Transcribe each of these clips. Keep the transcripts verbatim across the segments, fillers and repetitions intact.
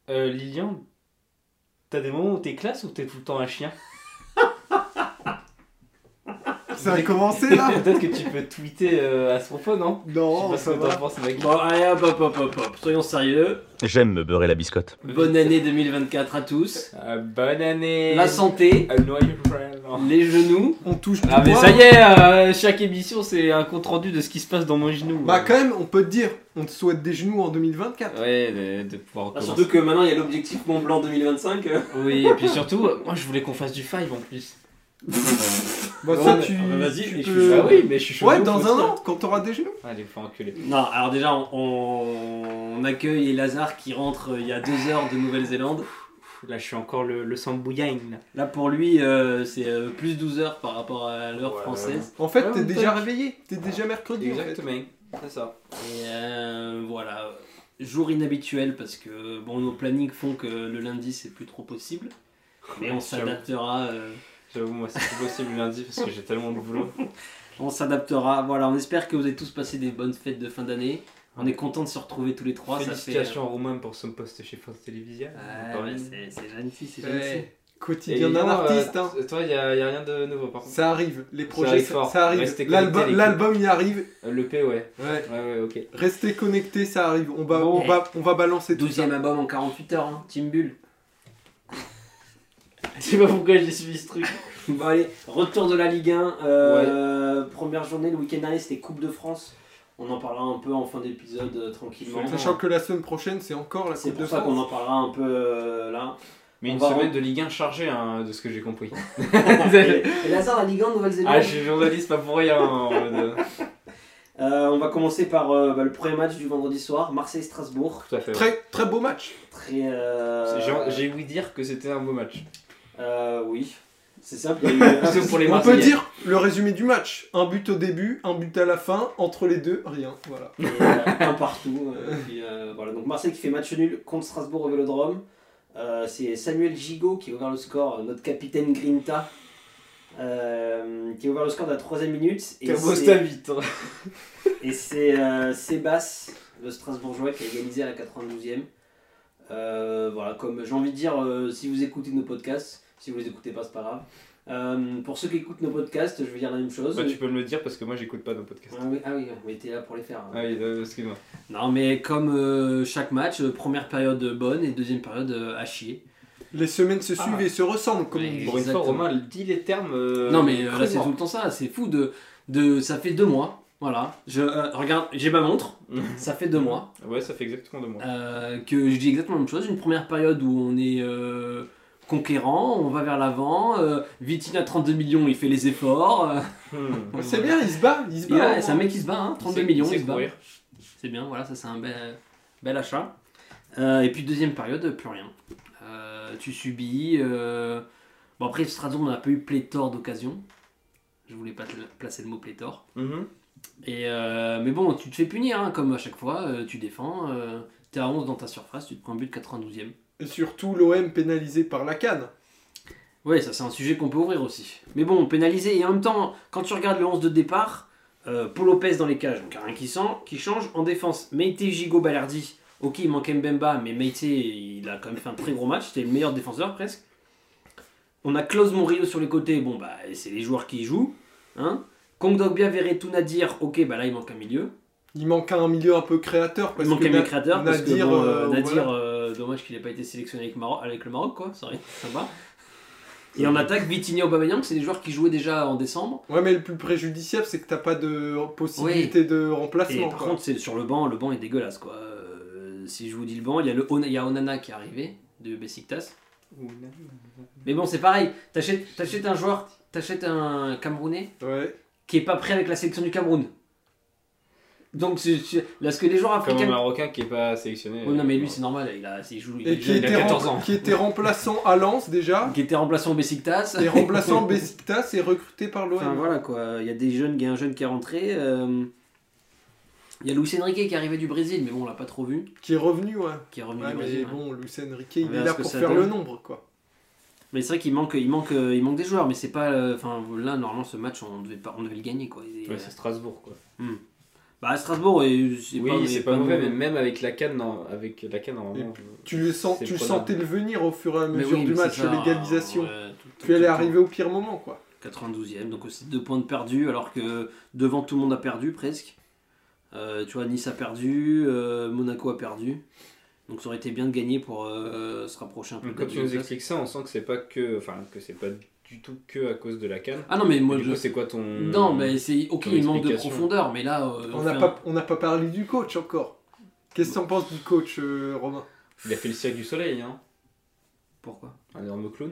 Euh, Lilian, t'as des moments où t'es classe ou t'es tout le temps un chien? Ça a commencé là. Peut-être que tu peux tweeter euh, à ce propos, non? Non, Je sais ça pas ce que va. t'en penses, mec. Bon, allez, hop, hop, hop, hop, hop. Soyons sérieux. J'aime me beurrer la biscotte. Bonne année deux mille vingt-quatre à tous. Euh, bonne année. La santé, Euh, noyau vraiment. les genoux. On touche Ah du mais bois. ça y est, euh, chaque émission c'est un compte rendu de ce qui se passe dans mon genou. Bah quand même, on peut te dire, on te souhaite des genoux en deux mille vingt-quatre. Ouais, de, de pouvoir Ah, recommencer. surtout que maintenant il y a l'objectif Mont Blanc deux mille vingt-cinq. euh. Oui, et puis surtout, euh, moi je voulais qu'on fasse du five en plus. Bah Bon, ça mais- tu, ah bah, vas-y, tu mais je peux- suis Ah oui, mais je suis chaud. Ouais, de dans ouf un aussi, an, quand t'auras des genoux. hein. Allez, faut enculer. Non, alors déjà on, on accueille Lazare qui rentre euh, il y a deux heures de Nouvelle-Zélande. Là je suis encore le, le sambouillang. là. Là pour lui euh, c'est euh, plus douze heures par rapport à l'heure Ouais. française. En fait, Ouais, t'es on déjà peut- réveillé. T'es déjà mercredi. en fait. Exactement, c'est ça. Et euh, voilà, jour inhabituel parce que bon nos plannings font que le lundi c'est plus trop possible. Mais on s'adaptera. euh, J'avoue, moi c'est plus possible le lundi parce que j'ai tellement de boulot. On s'adaptera. Voilà, on espère que vous avez tous passé des bonnes fêtes de fin d'année. On est content de se retrouver tous les trois. Ça fait. Félicitations à Romain pour son poste chez France Télévisions. Ouais, Encore ouais, une. c'est c'est gentil, c'est Ouais. gentil. Et Quotidien d'un Lilian, artiste. euh, hein. t- Toi, il y, a y a rien de nouveau par contre. Ça arrive, les projets, arrive ça, fort. ça arrive. Restez L'album, connectés, les l'album y arrive. Euh, Le P, ouais. Ouais. Ouais, ouais, ok. Restez connectés, ça arrive. On va, Bon. on va, on va balancer tout ça. douzième album en quarante-huit heures, hein. Team Bull. Je sais pas pourquoi j'ai suivi ce truc. Bon allez, retour de la Ligue un. euh, Première journée, le week-end dernier c'était Coupe de France. On en parlera un peu en fin d'épisode euh, tranquillement. Sachant que la semaine prochaine, c'est encore la C'est Coupe pour de ça qu'on en France. parlera un peu euh, là. Mais On une va semaine en- de Ligue un chargée, hein, de ce que j'ai compris. et, et Lazare, la Ligue un Nouvelle-Zélande. Ah, je suis journaliste, pas pour rien. hein, en mode- Euh, on va commencer par euh, bah, le premier match du vendredi soir, Marseille-Strasbourg. Tout à fait. ouais. Très, très beau match. Très. euh, J'ai- J'ai ouï dire que c'était un beau match. euh, oui, c'est simple. Il y a eu, Sauf pour les On Marseillais. peut dire le résumé du match. Un but au début, un but à la fin. Entre les deux, rien. Voilà. et, euh, un partout. euh, puis, euh, voilà. Donc Marseille qui fait match nul contre Strasbourg au Vélodrome. Euh, c'est Samuel Gigot qui a ouvert le score, euh, notre capitaine Grinta, euh, qui a ouvert le score de la troisième minute. Et Cabo c'est- Stavit. Et c'est euh, Sébastien, le Strasbourgeois, qui a égalisé à la quatre-vingt-douzième. Euh, voilà, comme j'ai envie de dire, euh, si vous écoutez nos podcasts, si vous les écoutez pas, c'est pas grave. Euh, pour ceux qui écoutent nos podcasts, je vais dire la même chose. Bah, tu peux me le dire parce que moi j'écoute pas nos podcasts. Ah oui, ah oui, mais t'es là pour les faire. hein. Ah oui, euh, excuse-moi. Non, mais comme euh, chaque match, euh, première période bonne et deuxième période euh, à chier. Les semaines se Ah. suivent et se ressemblent, comme Ouais, on dit. Pour une fois, Exactement. Romain dit les termes. euh, non, mais euh, là c'est crûment. tout le temps ça, c'est fou de, de. Ça fait deux mois, voilà. Je euh, regarde, j'ai ma montre, ça fait deux mois. Ouais, ça fait exactement deux mois. Euh, que je dis exactement la même chose. Une première période où on est euh, conquérant, on va vers l'avant. Euh, Vitinha, trente-deux millions, il fait les efforts. Euh, Hmm. C'est bien, il se bat. Il se et bat. ouais, au c'est un moins. mec qui se bat, hein, trente-deux Il sait- millions, il il sait se bat. courir. C'est bien, voilà, ça c'est un bel, bel achat. Euh, et puis deuxième période, plus rien. Euh, tu subis. euh, Bon, après, Strasbourg, on n'a pas eu pléthore d'occasions. Je voulais pas te placer le mot pléthore. Mhm. Et euh, mais bon, tu te fais punir, hein, comme à chaque fois, euh, tu défends, euh, t'es à onze dans ta surface, tu te prends un but de quatre-vingt-douzième. Et surtout l'O M pénalisé par la canne. Ouais, ça c'est un sujet qu'on peut ouvrir aussi. Mais bon, pénalisé, et en même temps, quand tu regardes le onze de départ, euh, Paul Lopez dans les cages, donc rien qui, sent, qui change. En défense, Meite, Gigot, Balerdi, ok, il manque Mbemba, mais Meite, il a quand même fait un très gros match, c'était le meilleur défenseur presque. On a Klaus Murillo sur les côtés, bon bah c'est les joueurs qui y jouent. Hein. Kondogbia, Verretou, Nadir, ok, bah là il manque un milieu. Il manque un milieu un peu créateur. Parce Il manque que un milieu Na- créateur, parce que Nadir, bon, euh, euh, Nadir, voilà. euh, dommage qu'il n'ait pas été sélectionné avec, Maroc, avec le Maroc, quoi, ça va. Et en attaque, Vitinha, Aubameyang, c'est des joueurs qui jouaient déjà en décembre. Ouais, mais le plus préjudiciable, c'est que t'as pas de possibilité de Et remplacement. par quoi. contre, c'est sur le banc, le banc est dégueulasse, quoi. Euh, si je vous dis le banc, il y a, le, On- il y a Onana qui est arrivé, de Besiktas. Mais bon, c'est pareil, t'achètes, t'achètes un joueur, t'achètes un Camerounais Ouais. qui est pas prêt avec la sélection du Cameroun. Donc, c'est, c'est- là, ce que les joueurs Comme un africains... Marocain qui est pas sélectionné. Oh, non, mais lui, c'est normal, il, a, il joue... Il, Et est qui jeune, il a était, quatorze rem- ans. qui était remplaçant à Lens déjà. qui était remplaçant au Besiktas. Et remplaçant Besiktas et recruté par l'O M. Enfin voilà quoi, il y a des jeunes, il y a un jeune qui est rentré. euh, Il y a Luis Enrique qui est arrivé du Brésil, mais bon on l'a pas trop vu, Qui est revenu, ouais. qui est revenu Ouais, du mais Brésil. ouais. bon, Luis Enrique, il On verra est là ce que pour ça faire donne. le nombre, quoi. Mais c'est vrai qu'il manque, il manque, il manque des joueurs, mais c'est pas, euh, enfin là normalement ce match on devait pas, on devait le gagner quoi. Et, Ouais, c'est Strasbourg quoi. euh, Bah, à Strasbourg, et c'est Oui, pas, c'est pas mauvais, mais mauvais. même avec la canne, non, avec la canne, normalement. Tu le, sens, c'est tu le prenable. sentais le venir au fur et à Mais mesure oui, du mais match, c'est ça, l'égalisation. ouais, tout- tout- Puis elle tout est le temps. arrivée au pire moment, quoi. quatre-vingt-douzième, donc aussi deux points de perdus, alors que devant tout le monde a perdu presque. Euh, tu vois, Nice a perdu, euh, Monaco a perdu. Donc ça aurait été bien de gagner pour euh, se rapprocher un peu. Donc, de la quand tu nous deuxième expliques ça, on sent que c'est pas que, enfin, que c'est pas du tout que à cause de la canne. place. Ah non, mais moi du je. coup, c'est quoi ton Non, mais c'est. Ok, ton il manque de explication. profondeur, mais là. euh, On on n'a fait pas, un- on n'a pas parlé du coach encore. Qu'est-ce que t'en penses du coach, euh, Romain? Il a fait le cirque du soleil, hein. Pourquoi Un énorme clown.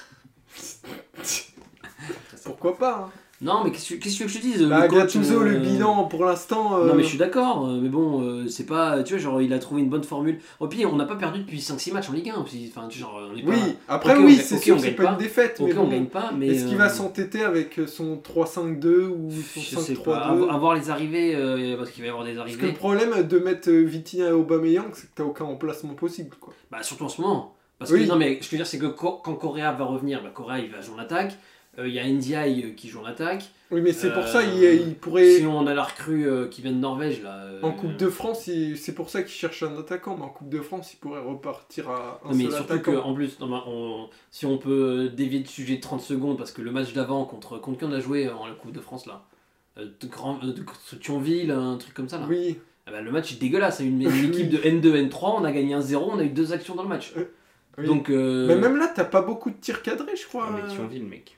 Pourquoi pas, hein. Non, mais qu'est-ce que qu'est-ce que je te dise Bah, le coach, Gattuso, le euh, bilan, pour l'instant... euh, Non mais je suis d'accord, euh, mais bon, euh, c'est pas, tu vois, genre il a trouvé une bonne formule. Au pire, on n'a pas perdu depuis cinq six matchs en Ligue un aussi, enfin, tu sais, genre, on est pas... Oui, après Ok, oui, on- c'est ok, sûr, on c'est gagne pas pas. une défaite, Ok, mais on bon. gagne pas, mais... Est-ce qu'il euh, va s'entêter avec son trois cinq deux ou son Je cinq sais pas, trois avoir, deux? avoir les arrivées, euh, parce qu'il va y avoir des Parce que arrivées, le problème de mettre euh, Vitinha et Aubameyang, c'est que t'as aucun emplacement possible, quoi. bah surtout en ce moment. Parce Oui. que, non mais, ce que je veux dire, c'est que quand, quand Correa va revenir, bah Correa il va jouer en attaque, Euh, il y a Ndiaye euh, qui joue en attaque, Oui, mais c'est pour Euh, ça il, il pourrait... sinon on a la recrue euh, qui vient de Norvège là. euh, En Coupe de France, il- c'est pour ça qu'il cherche un attaquant, mais en Coupe de France, il pourrait repartir à un Non, mais seul surtout attaquant. qu'en plus, non, mais on- si on peut dévier de sujet de trente secondes, parce que le match d'avant, contre, contre qui on a joué en la Coupe de France là euh, de, grand, euh, de contre Thionville, un truc comme ça là. Oui, Ah bah, le match est dégueulasse, c'est une, une Oui. équipe de N deux N trois, on a gagné un zéro, on a eu deux actions dans le match. oui. Donc. euh, Mais même là, t'as pas beaucoup de tirs cadrés, je crois. Ah, mais Thionville, mec.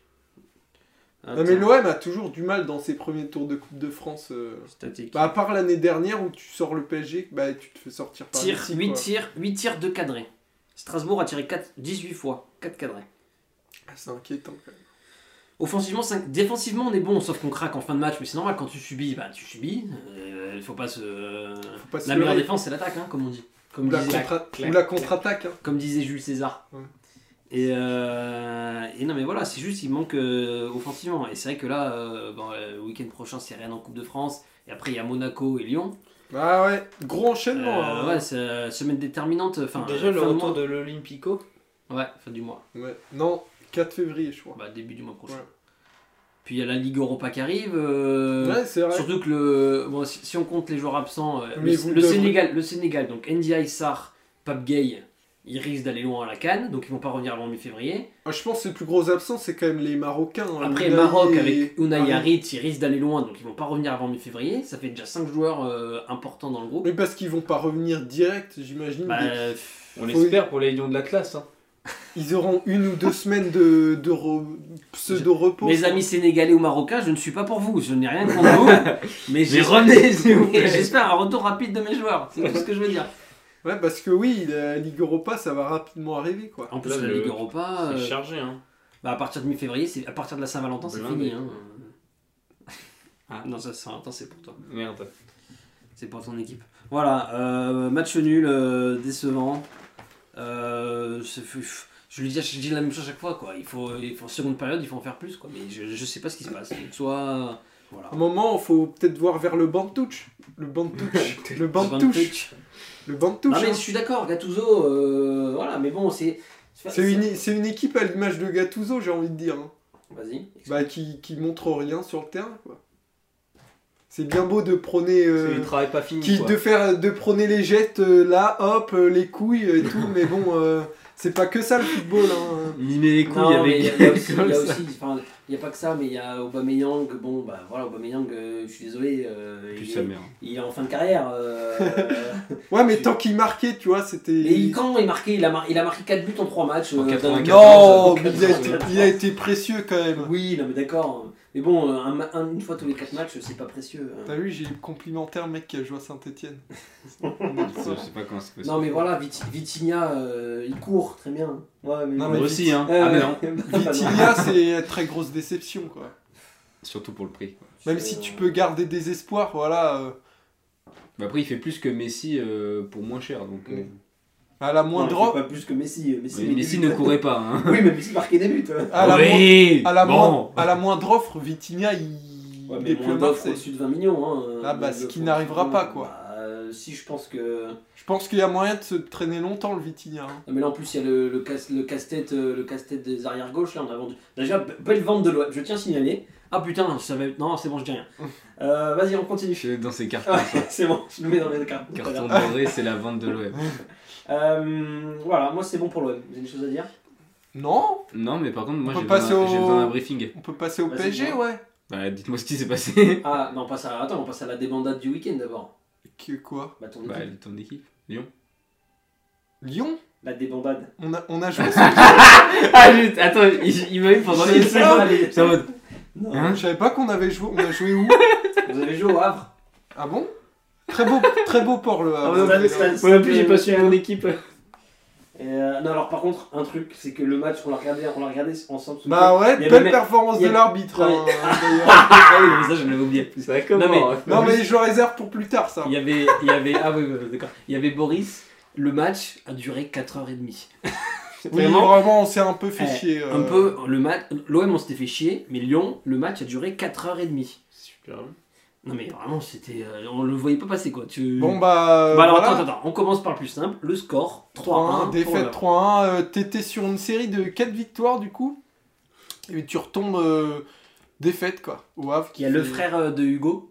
Non, mais l'O M a toujours du mal dans ses premiers tours de Coupe de France. euh. Statique. Bah, à part l'année dernière où tu sors le P S G, bah, tu te fais sortir par Tir, Messi, huit quoi. tirs, huit tirs, deux cadrés. Strasbourg a tiré quatre, dix-huit fois, quatre cadrés. Ah, c'est inquiétant quand même. Offensivement, cinq. Défensivement, on est bon, sauf qu'on craque en fin de match, mais c'est normal, quand tu subis, bah tu subis. Il faut pas se. Faut pas se La meilleure leurrer. défense, c'est l'attaque, hein, comme on dit. Comme Ou la, disait, contre- clac, ou la clac. contre-attaque. hein. comme disait Jules César. Ouais. Et, euh, et non, mais voilà, c'est juste, il manque euh, offensivement. Et c'est vrai que là, euh, bon, euh, le week-end prochain, c'est Rennes en Coupe de France. Et après, il y a Monaco et Lyon. Ah ouais, gros enchaînement. Euh, hein. ouais, c'est euh, semaine déterminante. Enfin, Déjà, euh, le fin de retour mois. de l'Olympico. Ouais, fin du mois. Ouais. Non, quatre février, je crois. Bah, début du mois prochain. Ouais. Puis il y a la Ligue Europa qui arrive. euh, Ouais, c'est vrai. Surtout que le, bon, si, si on compte les joueurs absents, euh, Mais le, vous le devrez- Sénégal, le Sénégal, donc Ndiaye, Sarr, Pape Gueye, ils risquent d'aller loin à la CAN, donc ils vont pas revenir avant mi-février. Ah, je pense que le plus gros absent, c'est quand même les Marocains. hein. Après Unai Maroc et- avec Unai Harit. Harit, ils risquent d'aller loin, donc ils vont pas revenir avant mi-février. Ça fait déjà cinq joueurs euh, importants dans le groupe. Mais parce qu'ils vont pas revenir direct, j'imagine. Bah, Des- pff, On Oui. l'espère pour les lions de la classe. Hein. Ils auront une ou deux semaines de, de re- pseudo-repos. mes amis sénégalais ou marocains, je ne suis pas pour vous, je n'ai rien contre vous, mais j'ai- revenez, s'il vous mais plaît. j'espère un retour rapide de mes joueurs, c'est tout ce que je veux dire. Ouais, parce que oui, la Ligue Europa, ça va rapidement arriver, quoi. En plus, Là, la le- Ligue Europa, C'est euh, chargé, hein. bah, à partir de mi-février, c'est à partir de la Saint-Valentin, c'est Blindé. fini. Hein. Ah. Non, ça Saint-Valentin, c'est pour toi. Merde. C'est pour ton équipe. Voilà, euh, match nul, euh, décevant. Euh, c'est- pff, je lui dis, je dis la même chose à chaque fois, quoi. Il faut, il faut en seconde période, il faut en faire plus, quoi. Mais je, je sais pas ce qui se passe. Donc, soit, voilà. À un moment, il faut peut-être voir vers le banc de touche. Le banc de touche. le banc de touche. Le banc de touche. Non mais hein. je suis d'accord, Gattuso, euh, voilà, mais bon, c'est. C'est une, c'est une équipe à l'image de Gattuso, j'ai envie de dire. hein. Vas-y. Bah, qui, qui montre rien sur le terrain, quoi. C'est bien beau de prôner. euh, C'est du travail pas fini. qui, quoi. de faire de prôner les gestes euh, là, hop, euh, les couilles et tout, mais bon, euh, c'est pas que ça le football. Hein. Mimer les couilles Non, mais il y, avec. a- il y a aussi, il y a comme ça. aussi- enfin, il y a pas que ça, mais il y a Aubameyang, bon, bah voilà, Aubameyang, euh, je suis désolé, euh, Plus il, sa est, mère. il est en fin de carrière. euh, Ouais, mais tant qu'il marquait, tu vois, c'était. mais il- quand il, marqué, il, a mar- il a marqué quatre buts en trois matchs. En euh, quatre-vingt-quatorze. dans- Non, mais il a, été, il a été précieux quand même. Oui, non mais d'accord. Mais bon, euh, un, ma- un- une fois tous les quatre matchs, c'est pas précieux. hein. T'as vu, j'ai eu complimentaire mec qui a joué à Saint-Etienne. Je sais pas comment c'est possible. Non mais voilà, Vit- Vitinha, euh, il court très bien. Ouais, mais Non, Moi mais aussi, hein. Euh, Ah, mais non. Vitinha, c'est une très grosse déception, quoi. Surtout pour le prix. quoi. Même si tu peux garder des espoirs, voilà. euh, Mais après, il fait plus que Messi euh, pour moins cher. Donc, euh, à la Non, il moindre fait offre. pas plus que Messi. Messi, mais met Messi des ne buts. courait pas. Hein. Oui, mais Messi marquait des buts. hein. À la, moindre- oui à, la bon. moindre- à la moindre offre, Vitinha, il, Ouais, il mais est plus à moins d'offres Marseille. au-dessus de vingt millions. Hein, Ah, bah, moins ce d'offres qui au-dessus n'arrivera de pas, vingt. quoi. Bah, euh, si je pense que. Je pense qu'il y a moyen de se traîner longtemps le Vitinha. Hein. Non, mais là en plus il y a le, le, casse, le casse-tête euh, le casse-tête des arrières gauche là on a vendu. Déjà belle vente de l'O M, je tiens à signaler. Ah putain ça va être. Non c'est bon je dis rien. Euh, Vas-y on continue. Je suis dans ces cartons. Ouais, c'est bon, je le mets dans les cartons. Carton doré, c'est la vente de l'O M. Euh, voilà, moi c'est bon pour l'O M. Vous avez des choses à dire? Non. Non, mais par contre, moi On j'ai peut passer besoin, au- j'ai besoin d'un briefing. On peut passer au Vas-y, P S G, dis-moi. ouais. Bah, dites-moi ce qui s'est passé. Ah non, on passe à... Attends, on passe à la débandade du week-end d'abord. Que quoi? Bah ton Bah, équipe. ton équipe, Lyon. Lyon? La débandade. On a, on a joué ce Ah, juste, attends, il, il m'a eu pendant C'est les ça. secondes. C'est en mode. Non. Hein? Je savais pas qu'on avait joué. On a joué où? Vous avez joué au Havre? Ah bon? Très beau, très beau port le Havre. Ah, ouais, d'ailleurs. ouais, ouais. Moi non plus, j'ai pas suivi mon équipe. Et euh, non, alors par contre, un truc, c'est que le match, on l'a regardé, on l'a regardé ensemble. ce Bah week-end. ouais, Il y avait belle même- performance il y de a- l'arbitre. Ouais. hein, d'ailleurs. Ah oui, mais ça, je l'avais oublié. Ça comment Non, hein. Non mais je le réserve pour plus tard ça. Il y avait, il y avait, ah oui, oui, oui, d'accord. Il y avait Boris. Le match a duré quatre heures trente. Oui, Vraiment, vraiment, on s'est un peu fait eh, chier. euh. un peu le match. L'O M on s'était fait chier, mais Lyon, le match a duré quatre heures trente. Super. Non mais vraiment, c'était, euh, on le voyait pas passer quoi. Tu... Bon bah. Bah alors voilà. attends, attends, on commence par le plus simple, le score trois un. trois un, pour défaite le- trois un. euh, T'étais sur une série de quatre victoires du coup. Et tu retombes euh, défaite quoi. Au Havre. Il y a le fait- frère euh, de Hugo,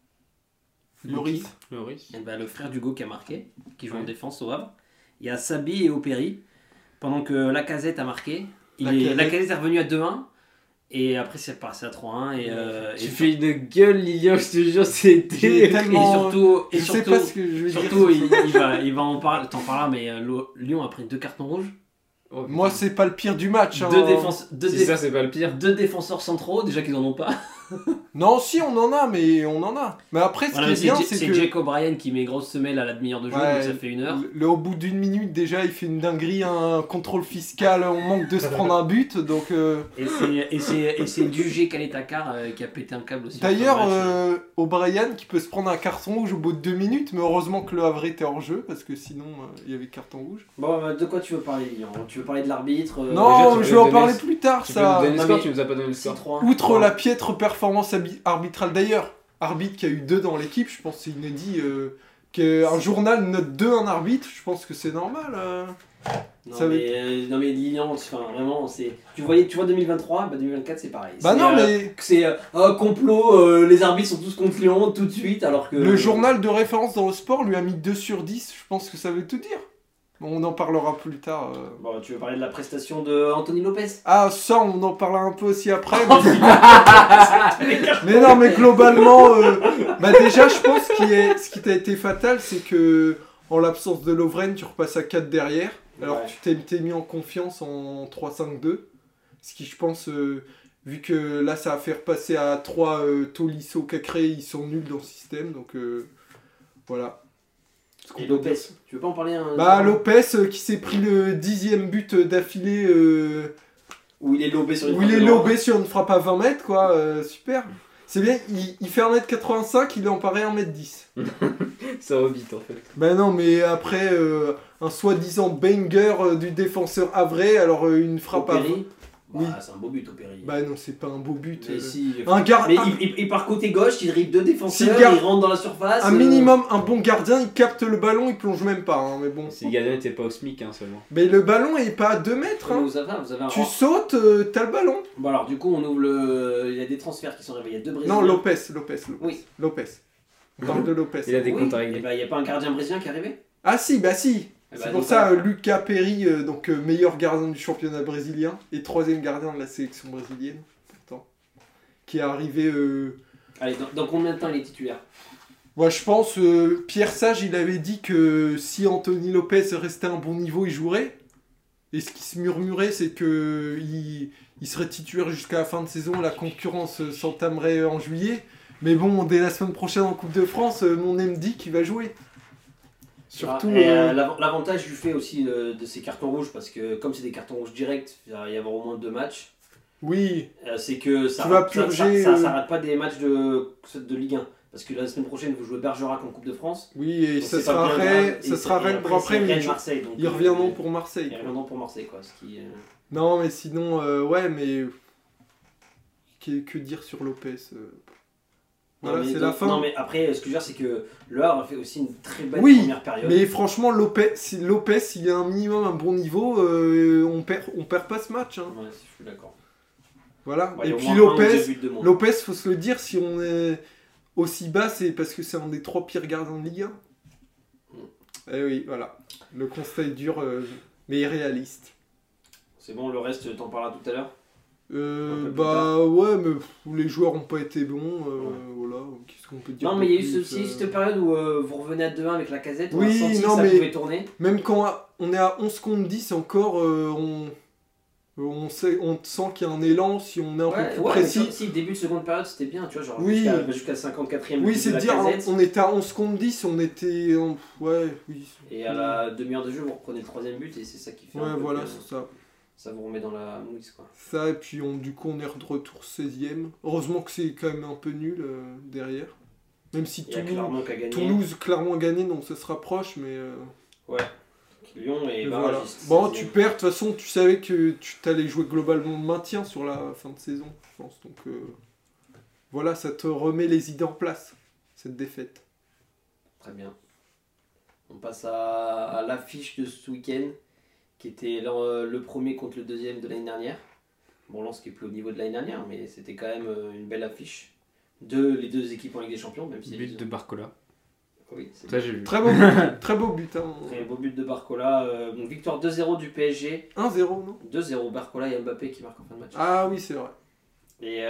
Lloris. Loris. et ben, le frère d'Hugo qui a marqué, qui joue en Ouais. défense au Havre. Il y a Sabi et Opéry, pendant que Lacazette a marqué. Il est, Lacazette. Lacazette est revenu à deux un, et après c'est passé à trois un. Et, euh, Tu et, fais une gueule, Lilian, je te jure, J'ai c'était. et tellement- surtout, et Je sais surtout, pas ce que je vais surtout dire. il, sur ce il va, il va en parler, t'en parleras, mais euh, Lo- Lyon a pris deux cartons rouges, Oh, Moi putain. c'est pas le pire du match. hein. deux, défense, deux, Si dé- ça, c'est pas le pire. deux défenseurs centraux, déjà qu'ils en ont pas. Non si on en a mais on en a. Mais après ce Voilà, qui mais est c'est bien Ja- c'est c'est que. Jake O'Brien qui met grosse semelle à la demi-heure de jeu, Ouais, donc ça fait une heure. Le, au bout d'une minute déjà il fait une dinguerie, un contrôle fiscal, on manque de se prendre un but donc. euh, Et c'est- et c'est et c'est Dugé Kaletakar euh, qui a pété un câble aussi. D'ailleurs, Enfin, bref, euh, O'Brien qui peut se prendre un carton rouge au bout de deux minutes, mais heureusement que le Havre était hors jeu parce que sinon euh, il y avait carton rouge. Bon, bah, de quoi tu veux parler, Lilian? Tu veux parler de l'arbitre euh, non, déjà, tu peux je vais en donner- parler plus tard Tu peux ça. nous donner le Non, score, mais- tu nous as pas donné le six score. trois. Outre Ouais. la piètre performance habi- arbitrale d'ailleurs, arbitre qui a eu deux dans l'équipe, je pense que c'est inédit. Euh, qu'un journal note deux un arbitre, je pense que c'est normal. euh. Non, ça mais, euh, non mais Lilian, enfin, vraiment, c'est. Tu voyais, tu vois deux mille vingt-trois, bah deux mille vingt-quatre c'est pareil. Bah C'est, non, euh, mais C'est euh, un complot, euh, les arbitres sont tous contre Lyon tout de suite, alors que. le journal de référence dans le sport lui a mis deux sur dix, je pense que ça veut tout dire. Bon, on en parlera plus tard. euh. Bon, tu veux parler de la prestation de Anthony Lopez? Ah, ça, on en parlera un peu aussi après. Mais, mais non, mais globalement, euh, bah déjà, je pense qu'il est, ce qui t'a été fatal, c'est que en l'absence de Lovren, tu repasses à quatre derrière. Alors Ouais. tu t'es, t'es mis en confiance en trois cinq deux. Ce qui, je pense, euh, vu que là, ça va faire passer à trois euh, Tolisso, Cacré, ils sont nuls dans le système. Donc euh, voilà. Ce qu'on Et peut Lopez, dire. tu veux pas en parler un Bah, Lopez euh, qui s'est pris le dixième but d'affilée. euh, Où il est lobé sur une Où il frappe est de lobé sur une frappe à vingt mètres, quoi, euh, super. C'est bien, il, il fait un mètre quatre-vingt-cinq, il est emparé un mètre dix. Ça rebite en fait. Ben non, mais après, euh, un soi-disant banger euh, du défenseur Havrais, alors euh, une frappe à... Opéry. Oui. Bah, c'est un beau but, Opéry. Bah non, c'est pas un beau but. Mais euh. si. Un gar... Mais un, il, il- il part côté gauche, il dribble deux défenseurs, S'il garde- il rentre dans la surface. un euh, minimum, un bon gardien, il capte le ballon, il plonge même pas, hein, mais bon. Si le gardien n'était pas au SMIC hein, seulement. Mais le ballon est pas à deux mètres, mais hein. Vous avez, vous avez un Tu rang. sautes, euh, t'as le ballon. Bon alors du coup on ouvre le... Il y a des transferts qui sont arrivés, il y a deux Brésiliens. Non, Lopez, Lopez, Lopez. Oui. Lopez. On parle de Lopez. Il a des Oui, comptes à et régler. bah il n'y a pas un gardien brésilien qui est arrivé. Ah si, bah si. Eh C'est bah, pour donc, ça, euh, euh, Lucas Perry, euh, donc euh, meilleur gardien du championnat brésilien et troisième gardien de la sélection brésilienne, pourtant, qui est arrivé. Euh... Allez, dans, dans combien de temps il est titulaire? Moi, je pense, euh, Pierre Sage, il avait dit que si Anthony Lopez restait à un bon niveau, il jouerait. Et ce qui se murmurait, c'est que il, il serait titulaire jusqu'à la fin de saison. La concurrence euh, s'entamerait en juillet. Mais bon, dès la semaine prochaine en Coupe de France, euh, mon M dit qu'il va jouer. Surtout. Ah, et, euh, euh, l'av- l'avantage du fait aussi euh, de ces cartons rouges, parce que comme c'est des cartons rouges directs, il va y avoir au moins deux matchs, Oui, euh, c'est que ça Tu vas rate- ça- purger, ça, ça, euh, ça rate pas des matchs de, de Ligue un. Parce que la semaine prochaine, vous jouez Bergerac en Coupe de France. oui, et donc ça c'est pas sera bien Rennes, grave. Et ça c'est- sera et Rennes pour après, c'est mais Rennes, ils, Marseille, donc, ils euh, reviendront pour Marseille. Ils reviendront pour Marseille, quoi. Ce qui, euh, Non, mais sinon, euh, ouais, mais que, que dire sur Lopez euh, Voilà, Non, mais c'est donc- la fin. Non, mais après, ce que je veux dire, c'est que Le Havre a fait aussi une très belle Oui, première période. Mais franchement, Lopez, si Lopez, s'il a un minimum un bon niveau, euh, on perd, on perd pas ce match. Hein. Ouais, je suis d'accord. Voilà. Ouais, il y Et a au puis moins un ou deux Lopez, buts de moins. Lopez, faut se le dire, si on est aussi bas, c'est parce que c'est un des trois pires gardiens de Ligue un. Mm. Eh oui, voilà. Le constat est dur, euh, mais réaliste. C'est bon, le reste, t'en parleras tout à l'heure. Euh, Un peu plus bah ouais, mais pff, les joueurs n'ont pas été bons. euh, Ouais. Voilà. Qu'est-ce qu'on peut dire Non, de mais il y a eu plus, ce- aussi euh, cette période où euh, vous revenez à deux un avec la casette, on Oui, a senti non, que ça mais- pouvait tourner. Même quand on est à onze contre dix encore, euh, on, on, sait, on sent qu'il y a un élan si on est un Ouais, peu plus ouais, mais précis. si, si, le début de seconde période c'était bien, tu vois, genre Oui. jusqu'à jusqu'à cinquante-quatrième Oui, but c'est de de la dire, casette. on était à onze contre dix, on était. en- Ouais, oui. Et à la demi-heure de jeu, vous reprenez le troisième but et c'est ça qui fait un Ouais, peu voilà, que c'est ça. ça vous remet dans la mouise, quoi. Ça, et puis on, du coup, on est de retour seizième. Heureusement que c'est quand même un peu nul euh, derrière. Même si Il y a Toulouse, Clermont qui a gagné. Toulouse clairement gagné, donc ça se rapproche, mais. euh, Ouais. Lyon et mais voilà. barragiste. Bon, seizième. tu perds, de toute façon, tu savais que tu t'allais jouer globalement le maintien sur la fin de saison, je pense. Donc euh, voilà, ça te remet les idées en place, cette défaite. Très bien. On passe à, à l'affiche de ce week-end, qui était le, le premier contre le deuxième de l'année dernière. Bon, Lens qui est plus au niveau de l'année dernière, mais c'était quand même euh, une belle affiche. De les deux équipes en Ligue des Champions, même si. But de Barcola. Oui, c'est Ça, j'ai vu. Très beau, but, très beau but. Hein. très beau but de Barcola. Euh, donc victoire deux zéro du P S G. un zéro, non deux zéro Barcola et Mbappé qui marquent en fin de match. Ah oui, c'est vrai. Et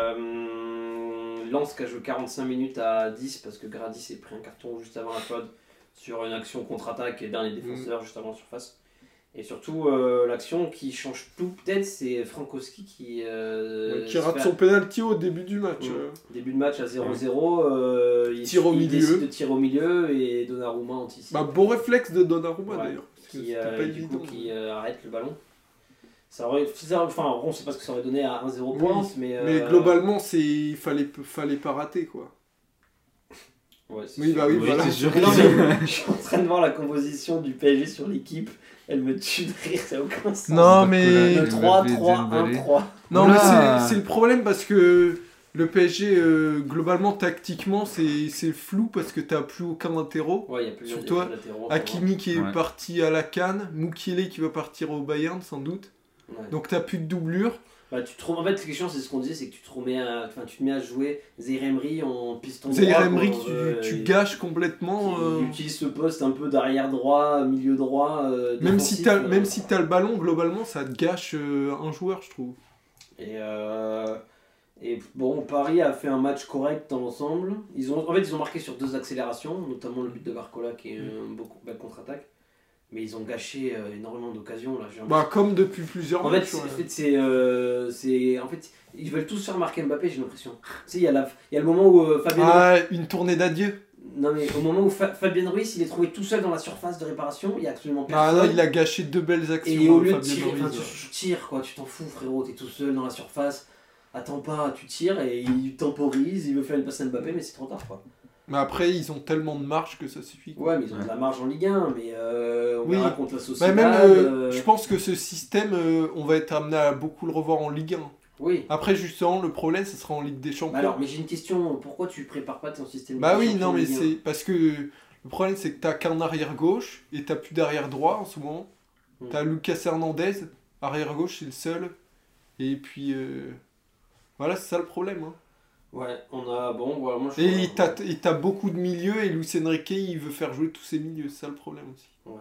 euh, Lens qui a joué quarante-cinq minutes à dix parce que Grady s'est pris un carton juste avant la période sur une action contre-attaque et d'un des défenseurs juste avant la surface. Et surtout, euh, l'action qui change tout, peut-être, c'est Frankowski qui. euh, Ouais, qui se rate fait- son penalty au début du match. Mm. euh. Début de match à zéro zéro. euh, il, Tire au il milieu. décide de tirer au milieu et Donnarumma anticipe. Bah, bon réflexe de Donnarumma Ouais. d'ailleurs. parce que qui, c'était euh, pas du évident. coup, qui euh, arrête le ballon. Ça aurait, ça, enfin, on sait pas ce que ça aurait donné à un zéro points, Oui, mais. Mais euh, globalement, c'est il fallait, fallait pas rater quoi. Ouais, c'est Oui, sûr. bah oui, Oui, voilà. c'est sûr. Mais non, mais je suis en train de voir la composition du P S G sur l'équipe. Elle me tue de rire, ça n'a aucun sens. Non, mais- Le trois trois un trois. Non, Oula. mais c'est- c'est le problème parce que le P S G, euh, globalement, tactiquement, c'est c'est flou parce que t'as plus aucun interro. Ouais, il y a plus Sur il y a toi, plus de latéraux, Hakimi qui est Ouais. parti à la Cannes, Mukiele qui va partir au Bayern sans doute. ouais. Donc t'as plus de doublure. Bah, tu te, rem- en fait, la question, c'est ce qu'on disait, c'est que tu te, remets à, enfin, tu te mets à jouer Zaire Emery en piston droit. Zaire Emery, quoi, tu, euh, tu il- gâches complètement. qui euh, utilise ce poste un peu d'arrière droit, milieu droit. euh, Même si défensif, t'as euh. même si t'as le ballon, globalement, ça te gâche euh, un joueur, je trouve. Et, euh, et bon, Paris a fait un match correct dans l'ensemble. Ils ont, en fait, ils ont marqué sur deux accélérations, notamment le but de Barcola qui est un beau belle contre-attaque. Mais ils ont gâché euh, énormément d'occasions là. j'ai l'impression. Bah comme depuis plusieurs En fait, matchs. c'est, ouais. en fait, c'est, euh, c'est- en fait, ils veulent tous faire marquer Mbappé, j'ai l'impression. Tu sais, il y a la, il y a le moment où euh, Fabien, Ah, une tournée d'adieu. non mais au moment où Fa- Fabien Ruiz, il est trouvé tout seul dans la surface de réparation, il y a absolument Ah personne. non, il a gâché deux belles actions. Et au hein, lieu de Fabien tirer, Ruiz, enfin, tu, ouais. tu tires quoi, tu t'en fous frérot, t'es tout seul dans la surface, attends pas, tu tires et il temporise, il veut faire une passe à Mbappé, mais c'est trop tard quoi. Mais après, ils ont tellement de marge que ça suffit. quoi. Ouais, mais ils ont de la marge en Ligue un, mais euh, on Oui. verra contre la Bah, Sociedad. même, euh, euh, je pense que ce système, euh, on va être amené à beaucoup le revoir en Ligue un. Oui. Après, justement, le problème, ce sera en Ligue des Champions. Bah alors, mais j'ai une question, pourquoi tu prépares pas ton système de bah oui, champion non, mais Ligue un? c'est parce que le problème, c'est que t'as qu'un arrière gauche et t'as plus d'arrière droit en ce moment. Hmm. T'as Lucas Hernandez, arrière gauche, c'est le seul. Et puis, euh, voilà, c'est ça le problème. Hein. Ouais, on a. Bon, voilà, moi je. Et t'as et t'as beaucoup de milieux et Luis Enrique, il veut faire jouer tous ces milieux, c'est ça le problème aussi. Ouais.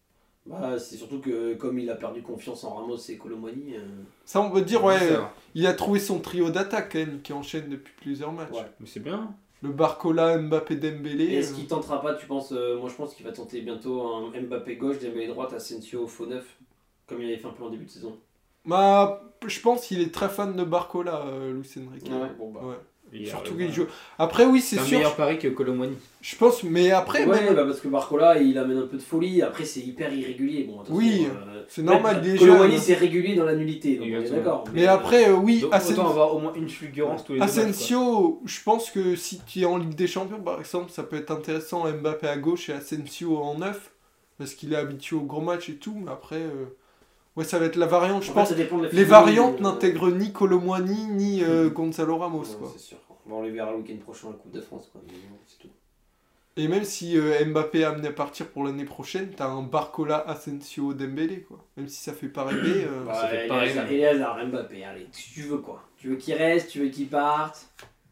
Bah, c'est surtout que comme il a perdu confiance en Ramos et Colomani. euh, Ça, on peut dire, ouais, Ça va. il a trouvé son trio d'attaque quand même, qui enchaîne depuis plusieurs matchs. Ouais. Mais c'est bien. Le Barcola, Mbappé, Dembélé. Et est-ce euh, qu'il tentera pas, tu penses euh, moi je pense qu'il va tenter bientôt un Mbappé gauche, Dembélé droite, Asensio faux neuf, comme il avait fait un peu en début de saison. Bah, je pense qu'il est très fan de Barcola, euh, Luis Enrique. Ouais, bon bah. Ouais. Il Surtout a- qu'il joue. Après, oui, c'est C'est un sûr. meilleur pari que Colomwani. Je pense, mais après, Ouais, même- bah parce que Barcola il amène un peu de folie, après c'est hyper irrégulier. Bon, attention, Oui, euh, c'est normal, même, il est Colomani jeune. c'est régulier dans la nullité, donc on est Exactement. d'accord. Mais euh, après, euh, oui, Donc Asen- autant avoir au moins une fulgurance tous les deux matchs, quoi. Asensio, je pense que si tu es en Ligue des Champions, par exemple, ça peut être intéressant Mbappé à gauche et Asensio en neuf, parce qu'il est habitué aux gros matchs et tout, mais après, euh, ouais, ça va être la variante, je en fait, pense. ça dépend de la Les physionomie, variantes euh, n'intègrent ni Colomwani ni euh, Gonzalo Ramos, ouais, quoi. c'est sûr. Bon, on les verra le week-end prochain à la Coupe de France, quoi. Mais bon, c'est tout. Et même si euh, Mbappé est amené à partir pour l'année prochaine, t'as un Barcola, Asensio, Dembélé, quoi. Même si ça fait pas rêver. Euh... Bah, ça fait et pareil, les hasards- mais- et les hasards, Mbappé, allez, tu veux quoi? Tu veux qu'il reste, tu veux qu'il parte?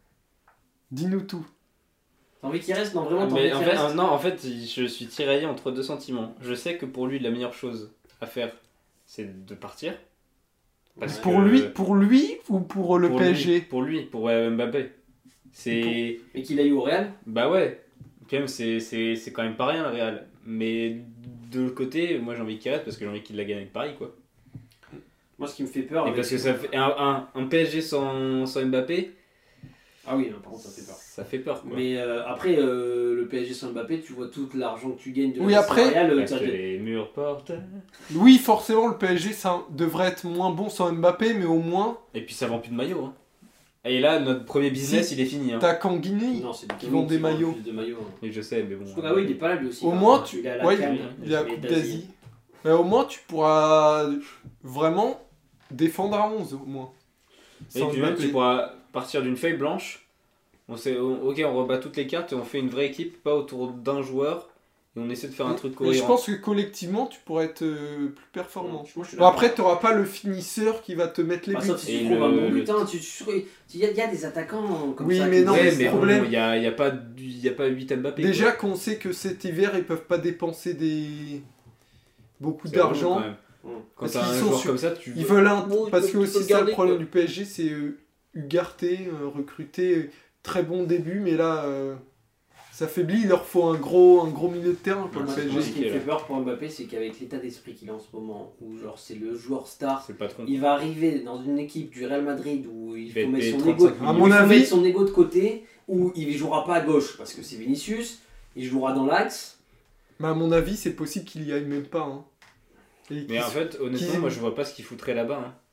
Dis-nous tout. T'as envie qu'il reste? Non, vraiment, t'as envie Mais qu'il en fait, reste? non, en fait, je suis tiraillé entre deux sentiments. Je sais que pour lui, la meilleure chose à faire, c'est de partir. Parce Ouais. Pour que- lui, pour lui ou pour le pour P S lui, G? Pour lui, pour euh, Mbappé. C'est. Mais qu'il aille au Real? Bah ouais. Quand même, c'est c'est- c'est quand même pas rien, le Real. Mais de l'autre côté, moi j'ai envie qu'il reste parce que j'ai envie qu'il la gagne avec Paris, quoi. Moi, ce qui me fait peur. Et avec- parce que ça fait un, un, un P S G sans, sans Mbappé, Ah oui, non, par contre, ça fait peur. ça fait peur, quoi. Mais euh, après, euh, le P S G sans Mbappé, tu vois tout l'argent que tu gagnes de Oui, la après- Real. euh, Parce que t'as- les murs portent. Oui, forcément, le P S G ça devrait être moins bon sans Mbappé, mais au moins, Et puis ça vend plus de maillots. Hein. Et là, notre premier business, Si. il est fini. Hein. t'as Kanguini. Non, c'est Qui Kevin vend des vend le maillots. plus de maillots. hein. Et je sais, mais bon. Je trouve ah oui, il est pas là lui aussi. Au hein. moins, tu- Il est à la ouais, CAN, Il y a la mais Coupe d'Asie. Mais au moins, tu pourras vraiment défendre à onze, au moins. Et Sans puis même, Mbappé. tu pourras partir d'une feuille blanche. On sait, on- ok, on rebat toutes les cartes et on fait une vraie équipe, pas autour d'un joueur. Et on essaie de faire un truc Et cohérent. je pense que collectivement, tu pourrais être euh, plus performant. Moi, je suis Bon, d'accord. après, tu n'auras pas le finisseur qui va te mettre les Bah, buts. sauf si Et tu trouves le- un bon le- butin, tu- tu- il y, a- il y a des attaquants comme Oui, ça. mais qui- non, ouais, mais mais le bon, problème- il n'y a, il y a pas il y a pas huit Mbappé. Déjà quoi. qu'on sait que cet hiver, ils peuvent pas dépenser des beaucoup C'est relou, d'argent. quand même. Hum. Quand Parce t'as qu'ils un sont joueur sur- comme ça, tu Ils veulent un... Bon, Parce tu que peux aussi le ça, garder, le problème quoi. du P S G, c'est euh, Ugarte, euh, recruté, euh, très bon début, mais là, euh, ça faiblit. Il leur faut un gros, un gros milieu de terrain pour Moi, le ce P S moi, G. ce qui me là. fait peur pour Mbappé, c'est qu'avec l'état d'esprit qu'il a en ce moment, où genre c'est le joueur star, c'est le patron. il va arriver dans une équipe du Real Madrid où il Il va faut être mettre payé son trente-cinq ego, millions. À il mon faut avis- mettre son ego de côté, où il jouera pas à gauche parce que c'est Vinicius, il jouera dans l'axe. Mais à mon avis, c'est possible qu'il y aille même pas. Hein. Et Mais qu'il en se- fait, honnêtement, qui- moi je vois pas ce qu'il foutrait là-bas. Hein.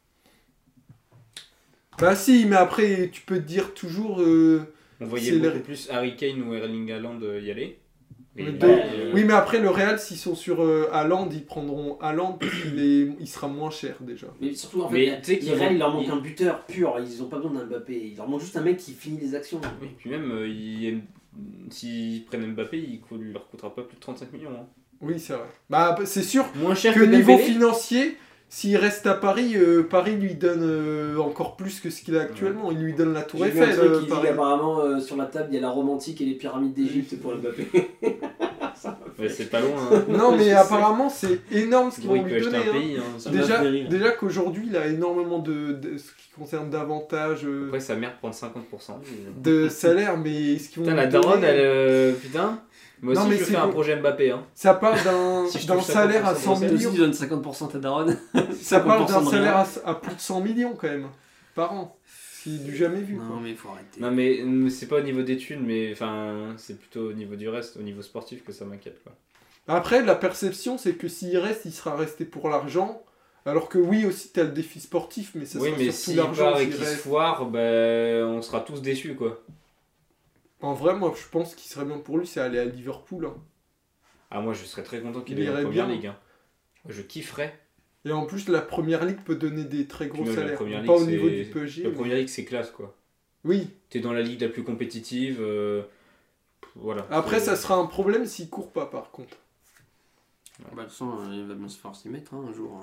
Bah si, mais après, tu peux te dire toujours... euh, On voyait C'est beaucoup le- plus Harry Kane ou Erling Haaland euh, y aller. Mais Mais là, deux- euh, Oui, mais après, le Real, s'ils sont sur euh, Haaland, ils prendront Haaland parce qu'il est... il sera moins cher déjà. Mais surtout, en fait, Mais tu sais qu'ils les Real, vont- il leur manque ils- un buteur pur, ils ont pas besoin d'un Mbappé, il leur manque juste un mec qui finit les actions. Oui, puis même, euh, ils- s'ils prennent Mbappé, il co- leur coûtera pas plus de trente-cinq millions. Hein. Oui, c'est vrai. Bah, c'est sûr Moins cher que que, niveau Dembélé. financier, s'il reste à Paris, euh, Paris lui donne euh, encore plus que ce qu'il a actuellement. Il lui donne la Tour J'ai vu un Eiffel. truc euh, qui dit Paris. qu'apparemment euh, sur la table il y a la Rome antique et les pyramides d'Égypte pour Mbappé. Ouais, c'est pas loin. Hein. Non, mais Je sais. apparemment, c'est énorme ce qu'ils Bon, vont il peut lui acheter donner. un hein. pays. Hein. Ça m'a Déjà, fait rire. déjà qu'aujourd'hui, il a énormément de, de ce qui concerne d'avantages euh, Après, sa mère prend cinquante pour cent. de salaire, mais ce qu'ils vont Putain, la lui donner, daronne, elle. euh, Putain. Moi Non, aussi, mais je c'est fais un bon. projet Mbappé. Hein. ça part d'un Si je d'un touche salaire à cinquante pour cent cent de Toi aussi, millions. tu donnes cinquante pour cent à ta daronne. Ça part d'un cinquante pour cent de salaire rien. à, à plus de cent millions quand même, par an. C'est du jamais vu. Non, quoi. mais il faut arrêter. Non, mais euh, c'est pas au niveau d'études, mais enfin, c'est plutôt au niveau du reste, au niveau sportif que ça m'inquiète. Quoi. Après, la perception, c'est que s'il reste, il sera resté pour l'argent. Alors que oui, aussi, tu as le défi sportif, mais ça Oui, sera mais surtout s'il l'argent part et s'il qu'il se reste. foire, ben, on sera tous déçus. Quoi. En vrai, moi, je pense qu'il serait bien pour lui, c'est aller à Liverpool. hein. Ah, moi, je serais très content qu'il Il ait en irait première bien. ligue. Hein. Je kifferais. Et en plus, la première ligue peut donner des très gros Puis même la salaires. première Pas ligue, au niveau c'est- du P S G. La mais- première ligue, c'est classe. Quoi. Oui. T'es dans la ligue la plus compétitive. euh, Voilà. Après, C'est- ça sera un problème s'il court pas, par contre. Bah, de toute façon, euh, il va bien se faire s'y mettre hein, un jour. hein.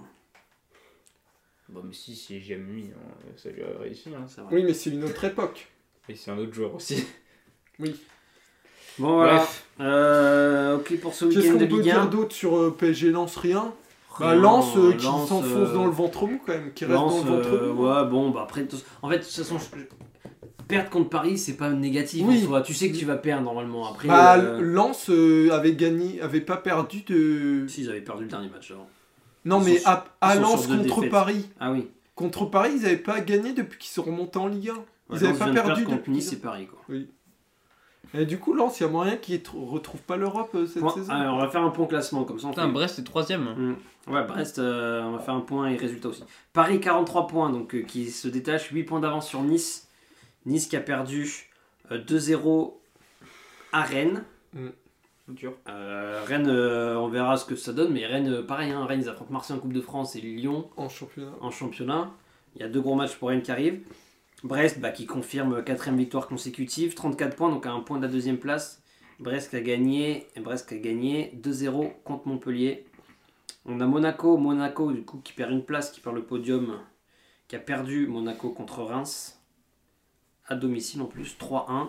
Bon, mais si, si j'y aime lui, hein, ça lui a réussi. Hein. C'est vrai. Oui, mais c'est une autre époque. Et c'est un autre joueur aussi. Oui. Bon, voilà. Bref. Euh, ok pour ce Qu'est-ce week-end qu'on de peut Ligue dire un. d'autre sur euh, P S G Lens? Rien. Bah, Rien, Lens euh, qui Lens, s'enfonce euh, dans le ventre mou quand même, qui reste Lens, dans le ventre euh, mou. ouais, bon, bah après, de toute- en fait, de toute façon, je- perdre contre Paris, c'est pas négatif Oui. en soi. Tu sais que tu vas perdre normalement. Après, Bah, euh, Lens euh, avait gagné, avait pas perdu de. si, ils avaient perdu le dernier match avant. Non, Ils mais sont à, à ils sont Lens sur deux contre défaites. Paris. Ah oui. Contre Paris, ils avaient pas gagné depuis qu'ils sont remontés en Ligue un. Ils Ouais, avaient Lens pas vient de perdu perdre contre depuis. Nice et Paris, quoi. Et du coup, Lens, il y a moyen qu'ils tr- retrouvent pas l'Europe euh, cette Point- saison. alors, on va faire un point classement comme ça. On Putain, fait- Brest est troisième. Mm. Ouais, Brest, euh, on va faire un point et résultat aussi. Paris quarante-trois points, donc euh, qui se détache, huit points d'avance sur Nice. Nice qui a perdu euh, deux zéro à Rennes. Dur. Euh, Rennes, euh, on verra ce que ça donne, mais Rennes, euh, pareil, hein, Rennes ils affrontent Marseille en Coupe de France et Lyon En championnat. en championnat. Il y a deux gros matchs pour Rennes qui arrivent. Brest bah, qui confirme quatrième victoire consécutive, trente-quatre points, donc à un point de la deuxième place. Brest qui a gagné, Brest qui a gagné deux zéro contre Montpellier. On a Monaco, Monaco du coup qui perd une place, qui perd le podium, qui a perdu Monaco contre Reims, à domicile en plus, trois un.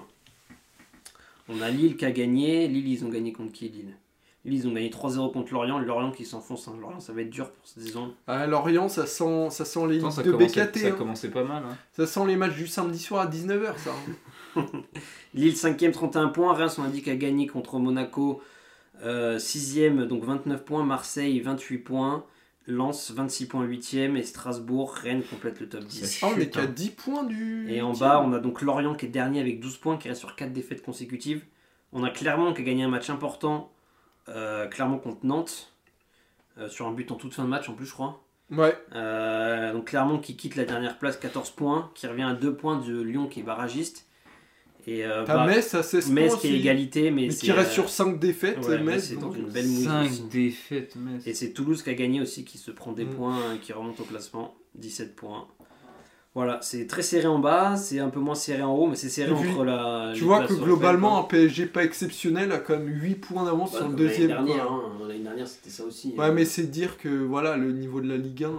On a Lille qui a gagné, Lille ils ont gagné contre qui Lille Lille ils ont gagné trois zéro contre Lorient, Lorient qui s'enfonce, hein. Lorient ça va être dur pour cette saison. À Lorient ça sent, ça sent les Attends, ligues de B K T. Ça hein. commençait pas mal. Hein. Ça sent les matchs du samedi soir à dix-neuf heures ça. Hein. Lille cinquième, trente et un points, Reims on a dit qu'a gagné contre Monaco, euh, sixième donc vingt-neuf points, Marseille vingt-huit points, Lens vingt-six points huitième et Strasbourg, Rennes complète le top dix. Ah, on est qu'à dix points du... Et en bas on a donc Lorient qui est dernier avec douze points, qui reste sur quatre défaites consécutives. On a Clermont qui a gagné un match important, euh, Clermont contre Nantes, euh, sur un but en toute fin de match en plus je crois. Ouais. Euh, donc Clermont qui quitte la dernière place, quatorze points, qui revient à deux points de Lyon qui est barragiste. Et euh, T'as bah, Metz à seize Metz points qui est aussi. égalité, mais, Mais c'est, qui reste euh, sur cinq défaites, ouais, Metz. c'est dans donc. une belle mouise aussi. cinq défaites, Metz. Et c'est Toulouse qui a gagné aussi, qui se prend des Mm. points, hein, qui remonte au classement, dix-sept points. Voilà, c'est très serré en bas, c'est un peu moins serré en haut, mais c'est serré Et puis, entre la. Tu les vois places que européennes, globalement, un quoi. P S G pas exceptionnel a quand même huit points d'avance Bah, sur le comme deuxième. L'année dernière, quoi. hein, l'année dernière c'était ça aussi. Ouais, hein. mais c'est dire que voilà, le niveau de la Ligue un, euh,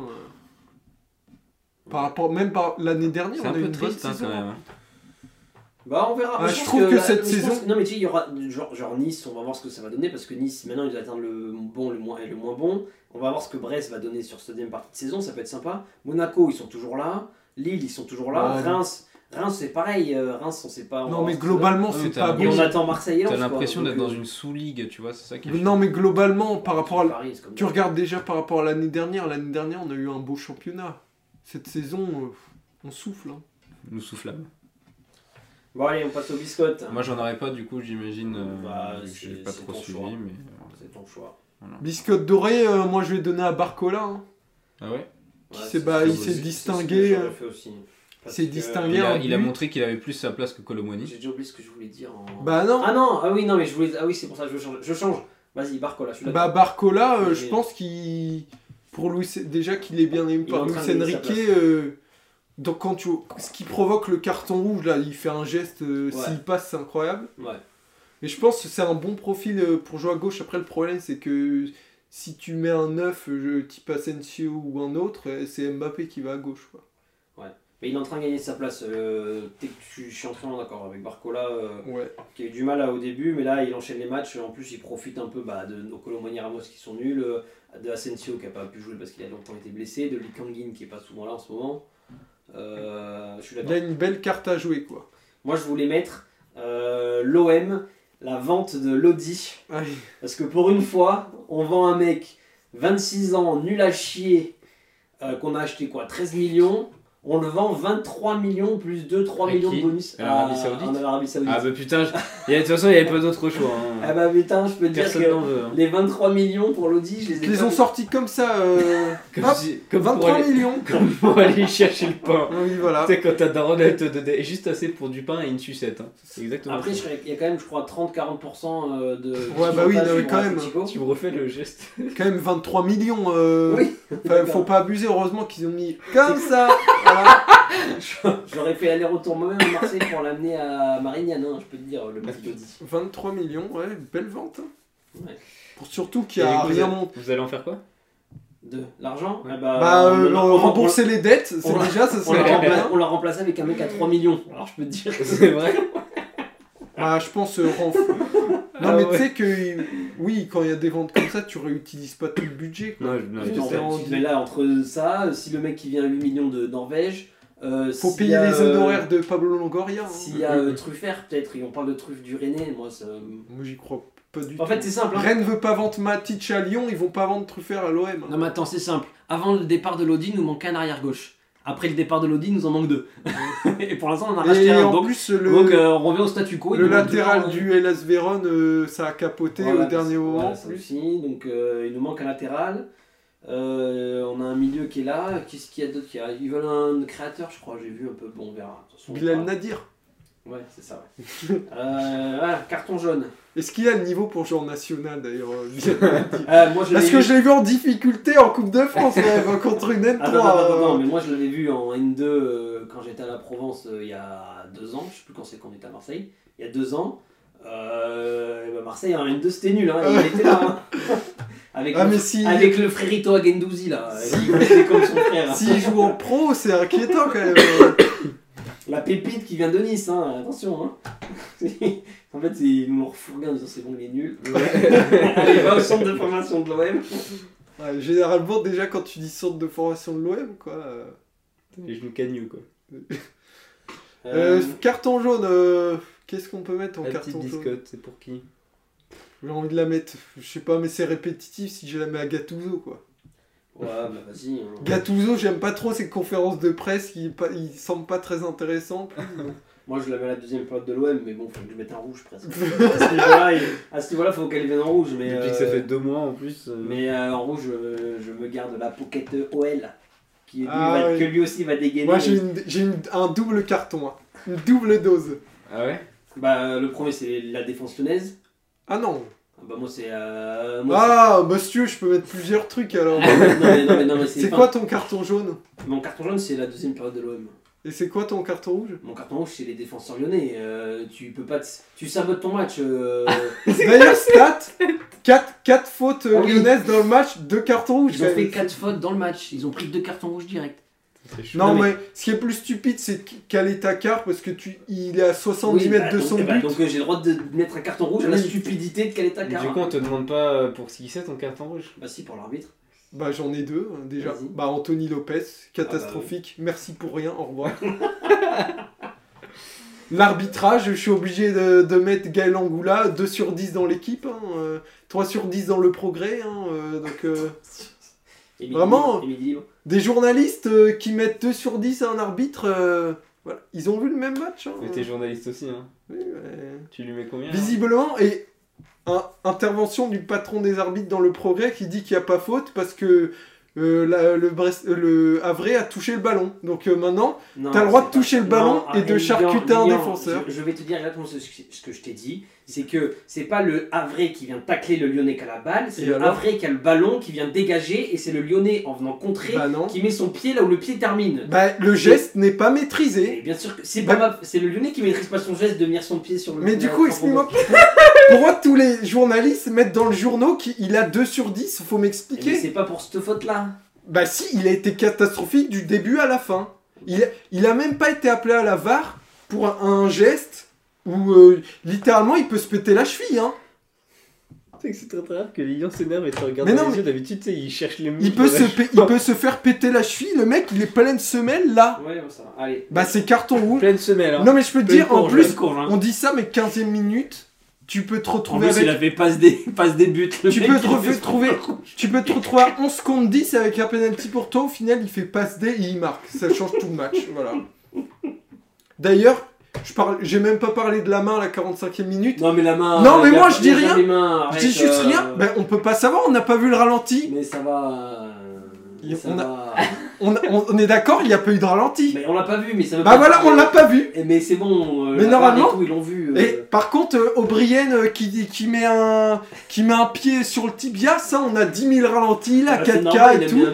par rapport, même par l'année dernière, C'est on un a eu peu une bonne triste hein, saison. quand même. hein. Bah on verra. Ah, Moi, je pense trouve que la- cette je pense saison- que- Non mais tu sais, il y aura genre, genre Nice, on va voir ce que ça va donner parce que Nice maintenant ils atteignent le bon, le moins et le moins bon. On va voir ce que Brest va donner sur cette deuxième partie de saison, ça peut être sympa. Monaco ils sont toujours là, Lille ils sont toujours là, Ouais. Reims, Reims c'est pareil, euh, Reims on sait pas. on va Non, voir mais ce que ça donne. globalement, Ouais, c'est t'as pas un Et bon. on attend Marseille et Lens, T'as quoi. l'impression Donc, d'être dans euh, une sous-ligue, tu vois, c'est ça qui est Non, mais globalement, par rapport à. Paris, c'est comme Tu ça. regardes déjà par rapport à l'année dernière. L'année dernière, on a eu un beau championnat. Cette saison, euh, on souffle. Hein. nous soufflame. Bon allez, on passe aux biscottes. Moi j'en aurais pas du coup, j'imagine. euh, Bah, vu que c'est- j'ai pas c'est trop ton suivi, choix. mais. euh, C'est ton choix. Biscotte dorée, euh, moi je vais donner à Barcola. Hein. Ah ouais Qui Ouais, s'est c'est bah, ce que il vous- s'est c'est- distingué, c'est ce que euh, j'aurais fait aussi. Parce s'est que- distingué. il a, un il a but. montré qu'il avait plus sa place que Colomwani. J'ai déjà oublié ce que je voulais dire en. Bah non. Ah non, ah oui, non, mais je voulais. Ah oui, c'est pour ça que je change. Je change. Vas-y, Barcola, je suis Bah d'accord. Barcola, euh, Mais- je pense qu'il. Pour Luis, déjà qu'il est bien aimé Il est par en Luis train de gagner sa Enrique. place. euh, donc quand tu. Ce qui provoque le carton rouge, là, il fait un geste. euh, Ouais. S'il passe, c'est incroyable. Ouais. Et je pense que c'est un bon profil euh, pour jouer à gauche. Après, le problème, c'est que si tu mets un neuf, euh, type Asensio ou un autre, euh, c'est Mbappé qui va à gauche. Quoi. Mais il est en train de gagner sa place. Euh, t'es- je suis entièrement d'accord avec Barcola, euh, Ouais. qui a eu du mal là, au début, mais là il enchaîne les matchs. En plus, il profite un peu bah, de nos Colomboigny Ramos qui sont nuls, euh, de Asensio qui n'a pas pu jouer parce qu'il a longtemps été blessé, de Lee Kangin qui est pas souvent là en ce moment. Euh, je suis Il d'accord. a une belle carte à jouer. Quoi. Moi, je voulais mettre euh, l'O M, la vente de Lodi. Allez. Parce que pour une fois, on vend un mec vingt-six ans, nul à chier, euh, qu'on a acheté quoi, treize millions. On le vend vingt-trois millions plus deux, trois À millions qui de bonus À l'Arabie Saoudite en Arabie Saoudite. Ah bah putain, je- il y a- de toute façon il n'y avait pas d'autre choix. hein. Ah bah putain, je peux te dire Personne que n'en veut. hein. les vingt-trois millions pour l'Audi, je les ai Ils les pas ont mis. sortis comme ça. Euh... Comme, Hop, si- comme pour, vingt-trois aller, millions. comme pour aller chercher le pain. Oui, voilà. Tu sais, quand ta daronne elle te donnait juste assez pour du pain et une sucette. Hein. C'est exactement Après, je ça. serais- il y a quand même, je crois, trente à quarante pour cent euh, de. Ouais, bah oui, non, mais pour quand même. Atletico. Tu me refais le geste. Quand même vingt-trois millions. Euh... Oui. Enfin, faut pas abuser. Heureusement qu'ils ont mis comme ça. Voilà. J'aurais fait aller-retour moi-même à Marseille pour l'amener à Marignane, hein, je peux te dire, le petit Audi. vingt-trois millions, ouais, belle vente. hein. Ouais. Pour surtout qu'il Et n'y a du coup, rien vous- monté. Vous allez en faire quoi De l'argent Ouais. Ah bah, Bah, on- euh, on- on- rembourser les dettes, c'est on- déjà, ça On l'a serait remplacé, bien. on l'a remplacé avec un mec à trois millions. Alors je peux te dire que C'est vrai. Ah, je pense. euh, renf- Non, Ah mais ouais. tu sais que. Oui, quand il y a des ventes comme ça, tu réutilises pas tout le budget. Quoi. Non, je- non, Oui, je en sais. fait, en- tu te mets là entre ça, si le mec qui vient à huit millions de Norvège. Euh, Faut s'il payer y a, les euh, honoraires de Pablo Longoria. hein. S'il y a euh, Truffert, peut-être, et on parle de truffes du Rennais, moi ça. Moi, j'y crois pas du En tout. fait, c'est simple. Hein. Rennes veut pas vendre Matic à Lyon, ils vont pas vendre Truffert à l'O M. Non, mais attends, c'est simple. Avant le départ de l'Audi, il nous manquait un arrière-gauche. Après le départ de l'Audi, il nous en manque deux. et pour l'instant, on en a racheté Et un. en Donc, plus, le, donc euh, on revient au statu quo. il le nous manque deux, latéral hein. du Hellas Vérone, euh, ça a capoté Voilà, au dernier c'est- moment. voilà, en ça plus. aussi. Donc euh, il nous manque un latéral. Euh, on a un milieu qui est là. Qu'est-ce qu'il y a d'autre qu'il y a Ils veulent un créateur, je crois. J'ai vu un peu. Bon, on verra. De toute façon, Bilal on va- Nadir. Ouais, c'est ça. Ouais. euh, voilà, carton jaune. Est-ce qu'il a le niveau pour jouer en national d'ailleurs euh, moi, je Parce que vu... je l'ai vu en difficulté en Coupe de France même, contre une N trois. Attends, attends, attends, euh... non, mais moi je l'avais vu en N deux euh, quand j'étais à la Provence euh, il y a deux ans. Je sais plus quand c'est qu'on était à Marseille. Il y a deux ans. Euh, bah Marseille en N deux c'était nul, hein, il était là. Hein. Avec, ah, le, mais si... avec le frérito Agendouzi là. Il était comme son frère. S'il joue en pro, c'est inquiétant quand même. La pépite qui vient de Nice, hein, attention. Hein. En fait, ils nous refourguent en disant c'est bon, il est nul. Allez, va au centre de formation de l'O M. Ouais, généralement, déjà, quand tu dis centre de formation de l'O M, quoi. Euh... Les genoux cagneux, quoi. euh, carton jaune, euh... qu'est-ce qu'on peut mettre en la carton petite jaune discote, c'est pour qui? J'ai envie de la mettre, je sais pas, mais c'est répétitif si je la mets à Gattuso, quoi. Ouais, bah vas-y. Hein. Gattuso, j'aime pas trop ses conférences de presse, il, pas, il semble pas très intéressant. Moi, je la mets à la deuxième période de l'O M, mais bon, faut que je mette un rouge presque. à ce niveau-là, il... à ce niveau-là, faut qu'elle vienne en rouge. Mais, Depuis euh... que ça fait deux mois en plus. Euh... Mais euh, en rouge, euh, je me garde la pocket O L, qui lui ah, va... oui. que lui aussi va dégainer. Moi, j'ai, une, j'ai une, un double carton, hein. Une double dose. Ah ouais? Bah, le premier, c'est la défense lyonnaise. Ah non. Bah moi c'est... Euh, moi, ah c'est... monsieur, je peux mettre plusieurs trucs alors. non, mais, non, mais, non, mais c'est c'est pas... quoi ton carton jaune? Mon carton jaune c'est la deuxième période de l'O M. Et c'est quoi ton carton rouge? Mon carton rouge c'est les défenseurs lyonnais. Euh, tu peux pas... Te... Tu sabotes ton match. Euh... D'ailleurs stat, quatre fautes oui. lyonnaises dans le match, deux cartons rouges. Ils ont fait quatre fautes dans le match, ils ont pris deux cartons rouges direct. Non, non mais... mais ce qui est plus stupide c'est caler ta carte parce que tu il est à soixante-dix oui, mètres bah, de donc, son bah, but. Donc euh, j'ai le droit de mettre un carton rouge à la stupidité de caler ta carte. Du coup on te demande pas pour qui c'est ton carton rouge? Bah si, pour l'arbitre. Bah j'en ai deux hein, déjà. Bah Anthony Lopez, catastrophique, ah, bah, oui. Merci pour rien, au revoir. L'arbitrage, je suis obligé de, de mettre Gaël Angoula, deux sur dix dans l'équipe, hein, euh, trois sur dix dans le progrès, hein, euh, donc... Euh... Émile Vraiment, libre. Des journalistes euh, qui mettent deux sur dix à un arbitre, euh, voilà. Ils ont vu le même match. Hein, mais t'es journaliste aussi, hein. Oui, mais... Tu lui mets combien? Visiblement, et un, intervention du patron des arbitres dans le progrès qui dit qu'il n'y a pas faute parce que euh, la, le, Brest, le Havre a touché le ballon. Donc euh, maintenant, t'as le droit de toucher pas... le ballon non, et de charcuter un défenseur. Je, je vais te dire exactement ce, ce que je t'ai dit. C'est que c'est pas le Havre qui vient tacler le Lyonnais qui a la balle, c'est le alors Havre qui a le ballon, qui vient dégager, et c'est le Lyonnais en venant contrer bah qui met son pied là où le pied termine. Bah le geste et... n'est pas maîtrisé. Et bien sûr que c'est bah... pas c'est le Lyonnais qui maîtrise pas son geste de venir son pied sur le. Mais du coup, explique-moi pourquoi tous les journalistes mettent dans le journal qu'il a deux sur dix, faut m'expliquer. Mais c'est pas pour cette faute là. Bah si, il a été catastrophique du début à la fin. Il a, il a même pas été appelé à la V A R pour un, un geste où euh, littéralement il peut se péter la cheville, hein. Tu sais que c'est très très rare que Lilian s'énerve et te regarde dans les yeux, d'habitude tu sais, il cherche les mots. Il peut, se il peut se faire péter la cheville, le mec il est pleine semelle là. Ouais, ça va. Allez. Bah c'est carton rouge. Pleine semelle, hein. Non mais je peux te dire, courge, en plus, courge, hein. on dit ça mais quinzième minute, tu peux te retrouver en plus, avec... il avait passe des, passe des buts. Le tu, mec, peux te retrouver, tu peux te retrouver à onze contre dix avec un penalty pour toi, au final il fait passe des et il marque. Ça change tout le match, voilà. D'ailleurs, je parle, j'ai même pas parlé de la main à la quarante-cinquième minute. Non mais la main... Non mais moi je dis rien. Mains, je dis juste euh... rien. Ben on peut pas savoir, on n'a pas vu le ralenti. Mais ça va... Mais ça on, va... A... on, a, on est d'accord, il n'y a pas eu de ralenti. Mais on l'a pas vu, mais ça veut bah pas... Bah voilà, on l'a pas vu. Et mais c'est bon, euh, mais normalement, tout, ils l'ont vu. Euh... Et par contre, euh, O'Brien euh, qui, qui, met un, qui met un pied sur le tibia, ça on a dix mille ralentis, la ah, quatre K normal, et tout.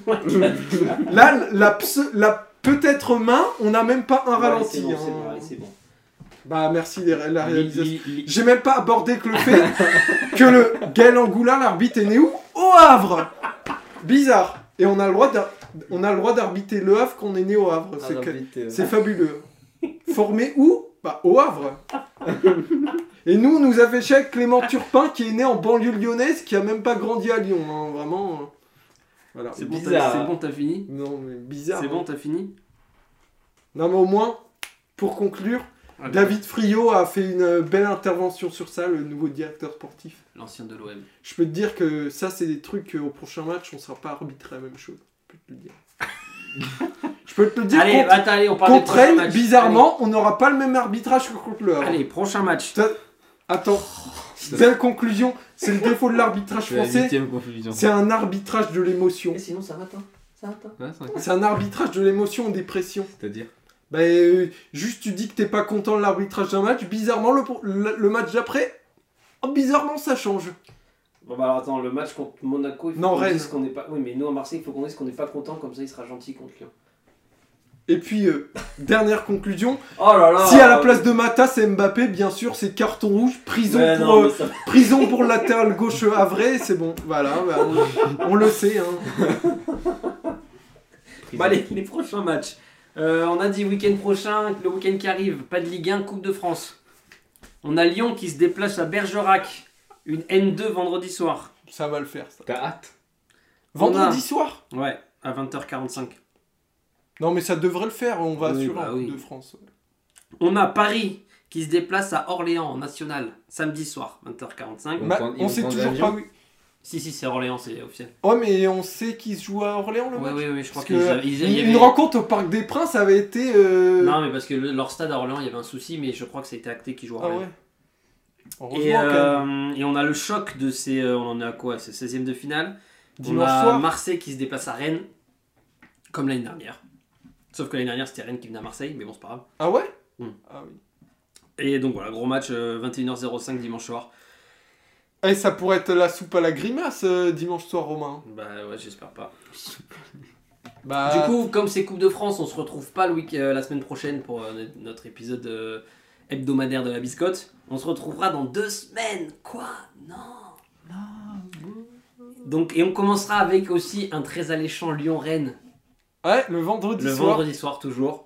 Là, la, la peut-être main, on n'a même pas un ouais, ralenti. C'est bon, hein. c'est bon, allez, c'est bon. Bah merci les, la réalisation. J'ai même pas abordé que le fait que le Gaël Angoula, l'arbitre est né où? Au Havre. Bizarre. Et on a le droit on a le droit d'arbitrer le Havre qu'on est né au Havre. C'est que... fabuleux. Formé où? Bah au Havre. Et nous, on nous a fait chier avec Clément Turpin qui est né en banlieue lyonnaise, qui a même pas grandi à Lyon. Hein. Vraiment. Voilà. C'est bon, t'as bon, fini? Non mais bizarre. C'est hein. bon, t'as fini? Non mais au moins, pour conclure. Ah, David Friot a fait une belle intervention sur ça, le nouveau directeur sportif. L'ancien de l'O M. Je peux te dire que ça, c'est des trucs au prochain match, on ne sera pas arbitré la même chose. Je peux te le dire. Je peux te le dire. Allez, contre, attends, allez, on parle contre Rennes, bizarrement, allez. On n'aura pas le même arbitrage que contre le Havre. Allez, prochain match. Ça... Attends. Oh, belle conclusion. C'est le défaut de l'arbitrage français. C'est un arbitrage de l'émotion. Et sinon, ça va, toi ça va, toi ouais, c'est un arbitrage de l'émotion en dépression. C'est-à-dire Bah, euh, juste tu dis que t'es pas content de l'arbitrage d'un match, bizarrement le, le, le match d'après, oh, bizarrement ça change. Bon bah alors attends, le match contre Monaco, il faut non, qu'on Rennes. dise qu'on n'est pas... Oui mais nous à Marseille, il faut qu'on dise qu'on n'est pas content, comme ça il sera gentil contre Lyon. Et puis, euh, dernière conclusion, Oh là là. si à la place de Mata c'est Mbappé, bien sûr c'est carton rouge, prison, Ouais, pour, non, euh, mais ça- prison pour le latéral gauche Havre, c'est bon, voilà, bah, on, on le sait. Hein. Bah allez, les prochains matchs. Euh, on a dit week-end prochain, le week-end qui arrive, pas de Ligue un, Coupe de France. On a Lyon qui se déplace à Bergerac, une N deux vendredi soir. Ça va le faire ça. T'as hâte? Vendredi On a- soir? Ouais, à vingt heures quarante-cinq. Non mais ça devrait le faire, on va Oui, sur bah la oui. Coupe de France. On a Paris qui se déplace à Orléans en national, samedi soir, vingt heures quarante-cinq. Ils Ma- prend- ils on vont sait prendre toujours l'avion pas où... Si, si, c'est Orléans, c'est officiel. Ouais mais on sait qu'il se joue à Orléans le Oui, match. oui, oui, je crois Parce qu'ils que avaient- ils- une, il y une avait- rencontre au Parc des Princes avait été... euh, Non, mais parce que le- leur stade à Orléans, il y avait un souci, mais je crois que ça a été acté qu'ils jouent à Ah Orléans. ouais. Heureusement Et, quand même. euh, et on a le choc de ces. euh, on en est à quoi? C'est seizième de finale. Dimanche on a soir. Marseille qui se déplace à Rennes, comme l'année dernière. Sauf que l'année dernière, c'était Rennes qui venait à Marseille, mais bon, c'est pas grave. Ah ouais Hmm. Ah oui. Et donc voilà, gros match, euh, vingt et une heures cinq dimanche soir. Eh, ça pourrait être la soupe à la grimace euh, dimanche soir, Romain. Bah ouais, j'espère pas. Bah, Du coup, comme c'est Coupe de France, on se retrouve pas le week euh, la semaine prochaine pour euh, notre épisode euh, hebdomadaire de la biscotte. On se retrouvera dans deux semaines. Quoi? Non. Donc, et on commencera avec aussi un très alléchant Lyon-Rennes. ouais, le vendredi Le soir. vendredi soir, toujours.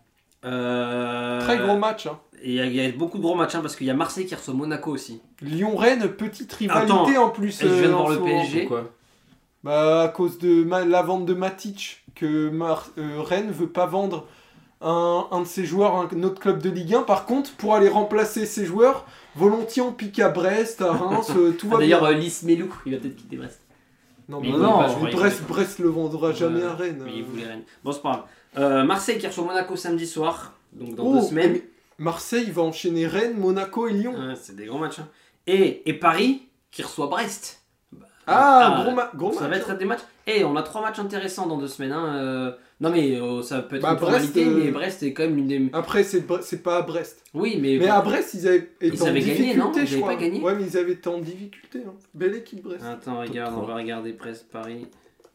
Euh, Très gros match. Hein. Et il y, a- il y a beaucoup de gros matchs hein, parce qu'il y a Marseille qui reçoit Monaco aussi. Lyon-Rennes, petite rivalité Attends, en plus. et je viens de euh, voir en le ce P S moment. G. Pourquoi? Bah, à cause de ma- la vente de Matic, que Mar- euh, Rennes veut pas vendre un, un de ses joueurs à un autre club de Ligue un. Par contre, pour aller remplacer ses joueurs, volontiers on pique à Brest, à Reims, euh, tout Ah, va D'ailleurs, bien. euh, Lys Melou, il va peut-être quitter Brest. Non, mais mais il non, voulait pas, je crois, il Brest, voulait pas. Brest le vendra jamais Ouais, à Rennes. Mais il euh. voulait Rennes. Bon, c'est pas grave. Euh, Marseille qui reçoit Monaco samedi soir, donc dans Oh, deux semaines. mais Marseille va enchaîner Rennes, Monaco et Lyon. Ouais, c'est des gros matchs. hein. Et, et Paris qui reçoit Brest. Bah, Ah, ah, gros, ma- gros Ça match. va être des matchs. Et on a trois matchs intéressants dans deux semaines. hein, euh, Non mais euh, ça peut être Bah, une formalité, Brest, euh, mais Brest est quand même une des. Après, c'est Bre- c'est pas à Brest. Oui, mais. Mais à Brest, ils avaient été Ils en avaient gagné, difficulté, non Ils je avaient crois. pas gagné Ouais, mais ils avaient été en difficulté. Hein. Belle équipe, Brest. Attends, regarde, trois. on va regarder Brest Paris.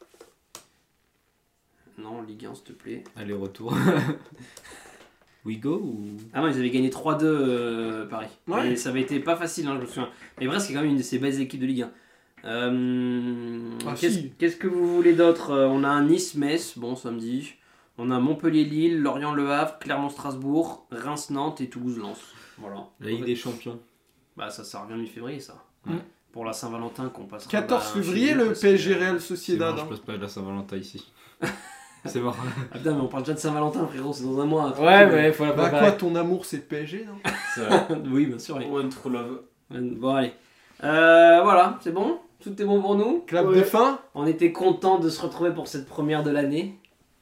Non, Ligue un, s'il te plaît. Allez, retour. We go ou... Ah non, ils avaient gagné trois deux euh, Paris. Ouais. Et ça avait été pas facile, hein, je me souviens. Mais Brest, c'est quand même une de ces belles équipes de Ligue un. Euh, Ah, Qu'est-ce si. qu'est-ce que vous voulez d'autre? Euh, On a un Nice-Metz, bon, samedi. On a Montpellier-Lille, Lorient-Le Havre, Clermont-Strasbourg, Reims-Nantes et Toulouse-Lens. Voilà. La Ligue des Champions. Bah, ça, ça revient mi-février, ça. Ouais. Pour la Saint-Valentin qu'on passera. quatorze bah, février, chez nous, le parce P S G que- Real C'est Sociedad. mort, je hein. passe pas de la Saint-Valentin ici. C'est mort. Ah putain, mais on parle déjà de Saint-Valentin, frérot, c'est dans un mois. Ouais, mais faut la Bah préparer. quoi, ton amour c'est le P S G, non? Oui, bien sûr. oui. One True Love. Bon, allez. Euh, voilà, c'est bon? Tout est bon pour nous? Clap Ouais. de fin. On était content de se retrouver pour cette première de l'année.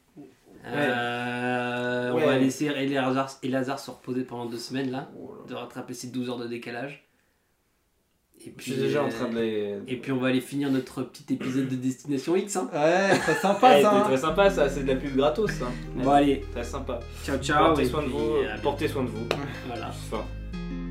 Euh, On Ouais. va laisser Elazar, Elazar se reposer pendant deux semaines là, de rattraper ses douze heures de décalage. Et Je suis déjà en euh, train de les... Et puis on va aller finir notre petit épisode de Destination X. Hein. Ouais, très sympa Eh, ça. c'est hein. très sympa ça, c'est de la pub gratos ça. Bon allez, Très sympa. ciao ciao. Portez et soin de puis, vous. à Portez soin de vous. Voilà. Fin.